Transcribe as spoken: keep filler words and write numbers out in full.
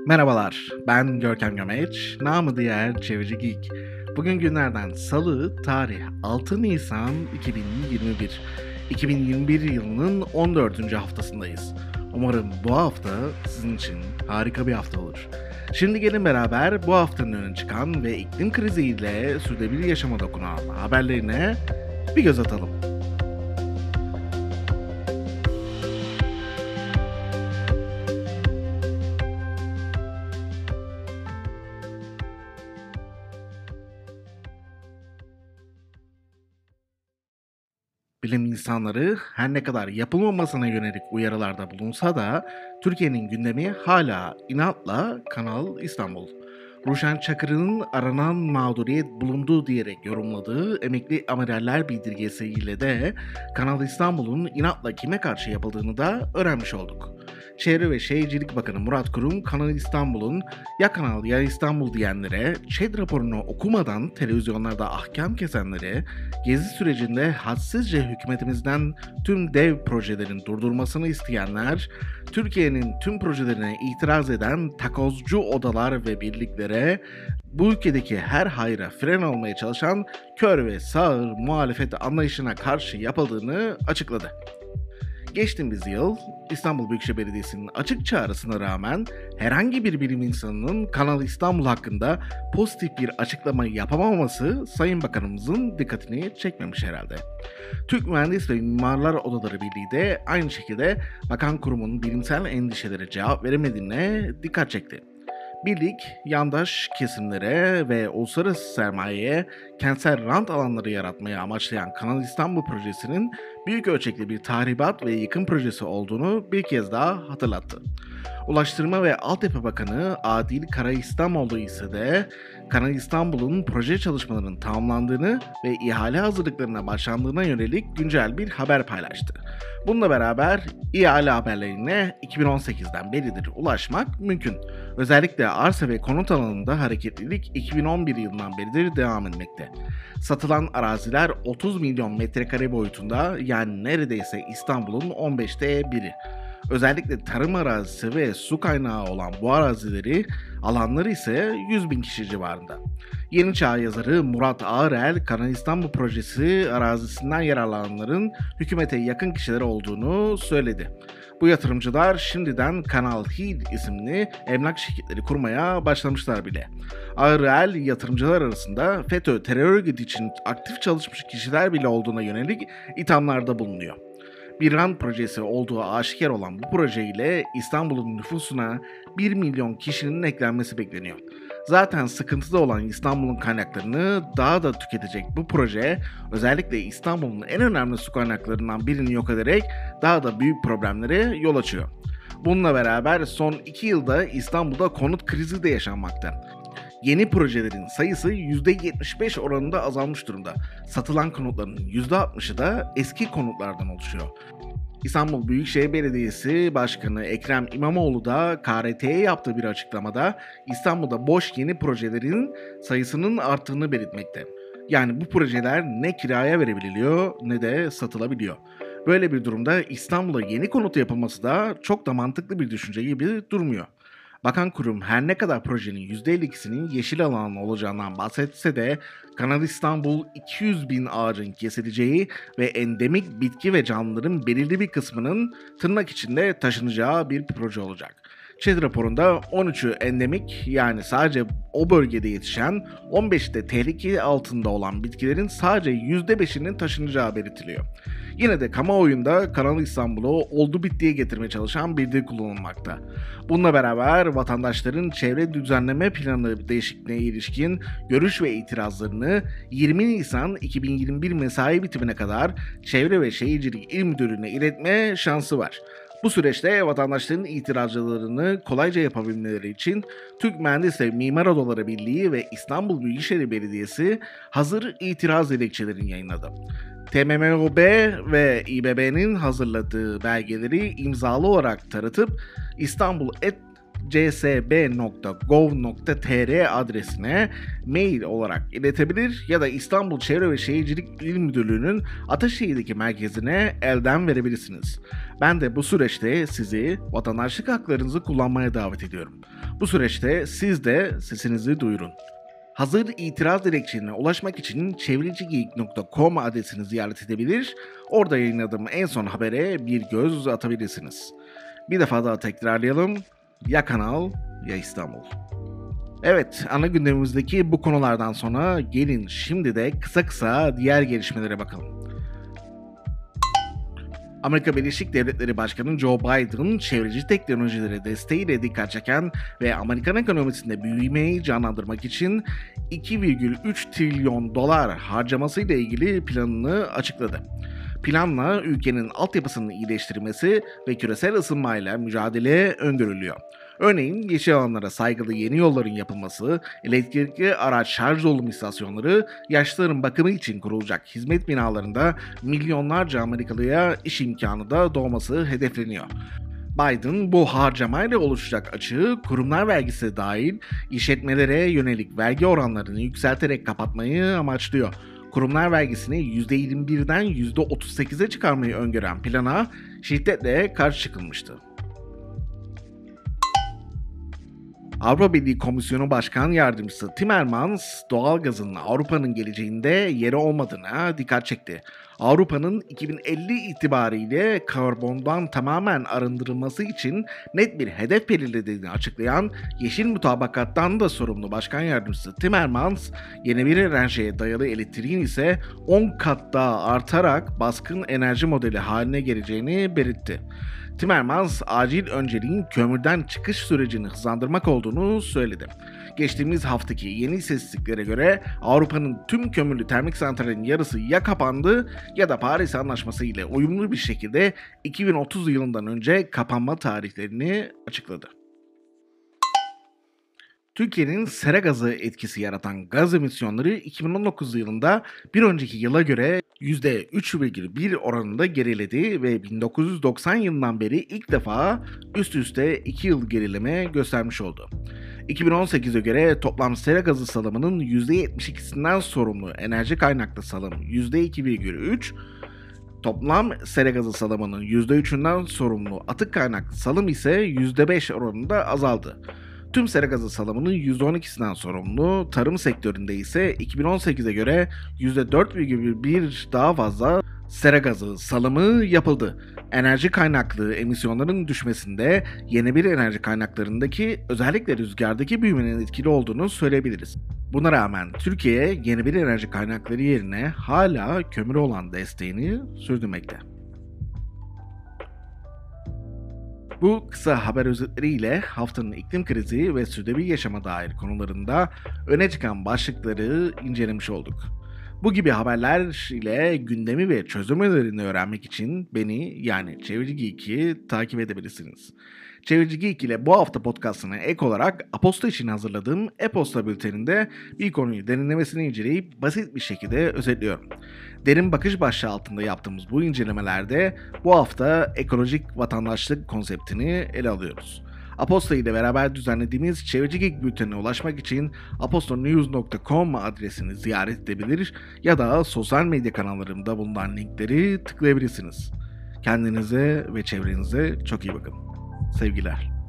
Merhabalar, ben Görkem Gömeç, namı diğer Çevreci Geek. Bugün günlerden Salı, tarih altı Nisan iki bin yirmi bir. iki bin yirmi bir yılının on dördüncü haftasındayız. Umarım bu hafta sizin için harika bir hafta olur. Şimdi gelin beraber bu haftanın öne çıkan ve iklim kriziyle sürdürülebilir yaşama dokunan haberlerine bir göz atalım. Bilim insanları her ne kadar yapılmamasına yönelik uyarılarda bulunsa da Türkiye'nin gündemi hala inatla Kanal İstanbul. Ruşen Çakır'ın aranan mağduriyet bulundu diyerek yorumladığı emekli amiraller bildirgesiyle de Kanal İstanbul'un inatla kime karşı yapıldığını da öğrenmiş olduk. Çevre ve Şehircilik Bakanı Murat Kurum, Kanal İstanbul'un ya Kanal ya İstanbul diyenlere, ÇED raporunu okumadan televizyonlarda ahkam kesenlere, gezi sürecinde hadsizce hükümetimizden tüm dev projelerin durdurmasını isteyenler, Türkiye'nin tüm projelerine itiraz eden takozcu odalar ve birliklere, bu ülkedeki her hayra fren olmaya çalışan kör ve sağır muhalefet anlayışına karşı yapıldığını açıkladı. Geçtiğimiz yıl İstanbul Büyükşehir Belediyesi'nin açık çağrısına rağmen herhangi bir bilim insanının Kanal İstanbul hakkında pozitif bir açıklama yapamaması Sayın Bakanımızın dikkatini çekmemiş herhalde. Türk Mühendis ve Mimarlar Odaları Birliği de aynı şekilde bakan kurumun bilimsel endişelere cevap veremediğine dikkat çekti. Birlik, yandaş kesimlere ve uluslararası sermayeye kentsel rant alanları yaratmayı amaçlayan Kanal İstanbul projesinin büyük ölçekli bir tahribat ve yıkım projesi olduğunu bir kez daha hatırlattı. Ulaştırma ve Altyapı Bakanı Adil Karaİslamoğlu ise de Kanal İstanbul'un proje çalışmalarının tamamlandığını ve ihale hazırlıklarına başlandığına yönelik güncel bir haber paylaştı. Bununla beraber ihale haberlerine iki bin on sekizden beridir ulaşmak mümkün. Özellikle arsa ve konut alanında hareketlilik iki bin on bir yılından beridir devam etmekte. Satılan araziler otuz milyon metrekare boyutunda, yani neredeyse İstanbul'un on beşte biri. Özellikle tarım arazisi ve su kaynağı olan bu arazileri, alanları ise yüz bin kişi civarında. Yeni Çağ yazarı Murat Ağırel, Kanal İstanbul projesi arazisinden yararlananların hükümete yakın kişiler olduğunu söyledi. Bu yatırımcılar şimdiden Kanal Hill isimli emlak şirketleri kurmaya başlamışlar bile. Ağırel, yatırımcılar arasında FETÖ terör örgütü için aktif çalışmış kişiler bile olduğuna yönelik ithamlarda bulunuyor. Bir rant projesi olduğu aşikar olan bu projeyle İstanbul'un nüfusuna bir milyon kişinin eklenmesi bekleniyor. Zaten sıkıntıda olan İstanbul'un kaynaklarını daha da tüketecek bu proje, özellikle İstanbul'un en önemli su kaynaklarından birini yok ederek daha da büyük problemlere yol açıyor. Bununla beraber son iki yılda İstanbul'da konut krizi de yaşanmakta. Yeni projelerin sayısı yüzde yetmiş beş oranında azalmış durumda. Satılan konutların yüzde altmışı da eski konutlardan oluşuyor. İstanbul Büyükşehir Belediyesi Başkanı Ekrem İmamoğlu da K R T'ye yaptığı bir açıklamada İstanbul'da boş yeni projelerin sayısının arttığını belirtmekte. Yani bu projeler ne kiraya verebiliyor ne de satılabiliyor. Böyle bir durumda İstanbul'a yeni konut yapılması da çok da mantıklı bir düşünce gibi durmuyor. Bakan kurum her ne kadar projenin yüzde elli ikisinin yeşil alan olacağından bahsetse de Kanal İstanbul iki yüz bin ağacın kesileceği ve endemik bitki ve canlıların belirli bir kısmının tırnak içinde taşınacağı bir proje olacak. ÇED raporunda on üçü endemik, yani sadece o bölgede yetişen, on beşi de tehlike altında olan bitkilerin sadece yüzde beşinin taşınacağı belirtiliyor. Yine de kamuoyunda Kanal İstanbul'u oldu bittiye getirmeye çalışan bir dil kullanılmakta. Bununla beraber vatandaşların çevre düzenleme planı değişikliğine ilişkin görüş ve itirazlarını yirmi Nisan iki bin yirmi bir mesai bitimine kadar Çevre ve Şehircilik İl Müdürlüğü'ne iletme şansı var. Bu süreçte vatandaşların itirazlarını kolayca yapabilmeleri için Türk Mühendis ve Mimar Odaları Birliği ve İstanbul Büyükşehir Belediyesi hazır itiraz dilekçelerini yayınladı. T M M O B ve İ B B'nin hazırladığı belgeleri imzalı olarak tanıtıp İstanbul et c s b nokta gov nokta t r adresine mail olarak iletebilir ya da İstanbul Çevre ve Şehircilik İl Müdürlüğü'nün Ataşehir'deki merkezine elden verebilirsiniz. Ben de bu süreçte sizi vatandaşlık haklarınızı kullanmaya davet ediyorum. Bu süreçte siz de sesinizi duyurun. Hazır itiraz dilekçelerine ulaşmak için çevrecigeek nokta com adresini ziyaret edebilir, orada yayınladığım en son habere bir göz atabilirsiniz. Bir defa daha tekrarlayalım, ya Kanal ya İstanbul. Evet, ana gündemimizdeki bu konulardan sonra gelin şimdi de kısa kısa diğer gelişmelere bakalım. Amerika Birleşik Devletleri Başkanı Joe Biden, çevreci teknolojilere desteğiyle dikkat çeken ve Amerikan ekonomisinde büyümeyi canlandırmak için iki virgül üç trilyon dolar harcamasıyla ilgili planını açıkladı. Planla ülkenin altyapısının iyileştirilmesi ve küresel ısınmayla mücadele öngörülüyor. Örneğin yeşil alanlara saygılı yeni yolların yapılması, elektrikli araç şarj dolum istasyonları, yaşlıların bakımı için kurulacak hizmet binalarında milyonlarca Amerikalıya iş imkanı da doğması hedefleniyor. Biden bu harcamayla oluşacak açığı kurumlar vergisi dahil işletmelere yönelik vergi oranlarını yükselterek kapatmayı amaçlıyor. Kurumlar vergisini yüzde yirmi birden yüzde otuz sekize çıkarmayı öngören plana şiddetle karşı çıkılmıştı. Avrupa Birliği Komisyonu Başkan Yardımcısı Timmermans, doğalgazın Avrupa'nın geleceğinde yeri olmadığına dikkat çekti. Avrupa'nın iki bin elli itibariyle karbondan tamamen arındırılması için net bir hedef belirlediğini açıklayan Yeşil Mutabakat'tan da sorumlu Başkan Yardımcısı Timmermans, yeni bir enerjiye dayalı elektriğin ise on kat daha artarak baskın enerji modeli haline geleceğini belirtti. Timmermans, acil önceliğin kömürden çıkış sürecini hızlandırmak olduğunu söyledi. Geçtiğimiz haftaki yeni istatistiklere göre Avrupa'nın tüm kömürlü termik santralin yarısı ya kapandı ya da Paris Anlaşması ile uyumlu bir şekilde iki bin otuz yılından önce kapanma tarihlerini açıkladı. Türkiye'nin sera gazı etkisi yaratan gaz emisyonları iki bin on dokuz yılında bir önceki yıla göre yüzde üç virgül bir oranında geriledi ve bin dokuz yüz doksan yılından beri ilk defa üst üste iki yıl gerileme göstermiş oldu. iki bin on sekize göre toplam sera gazı salımının yüzde yetmiş ikisinden sorumlu enerji kaynaklı salım yüzde iki virgül üç, toplam sera gazı salımının yüzde üçünden sorumlu atık kaynaklı salım ise yüzde beş oranında azaldı. Tüm sera gazı salımının yüzde on ikisinden sorumlu, tarım sektöründe ise iki bin on sekize göre yüzde dört virgül bir daha fazla sera gazı salımı yapıldı. Enerji kaynaklı emisyonların düşmesinde yeni enerji kaynaklarındaki, özellikle rüzgardaki büyümenin etkili olduğunu söyleyebiliriz. Buna rağmen Türkiye yeni enerji kaynakları yerine hala kömüre olan desteğini sürdürmekte. Bu kısa haber özetleriyle haftanın iklim krizi ve sürdürülebilir yaşama dair konularında öne çıkan başlıkları incelemiş olduk. Bu gibi haberler ile gündemi ve çözüm önerilerini öğrenmek için beni, yani Çevreci Geek'i takip edebilirsiniz. Çevreci Geek ile bu hafta podcastına ek olarak Aposta için hazırladığım e-posta bülteninde bir konuyu derinlemesine inceleyip basit bir şekilde özetliyorum. Derin bakış başlığı altında yaptığımız bu incelemelerde bu hafta ekolojik vatandaşlık konseptini ele alıyoruz. Aposta ile beraber düzenlediğimiz Çevreci Geek bültenine ulaşmak için apostonews nokta com adresini ziyaret edebilir ya da sosyal medya kanallarımda bulunan linkleri tıklayabilirsiniz. Kendinize ve çevrenize çok iyi bakın. Sevgiler.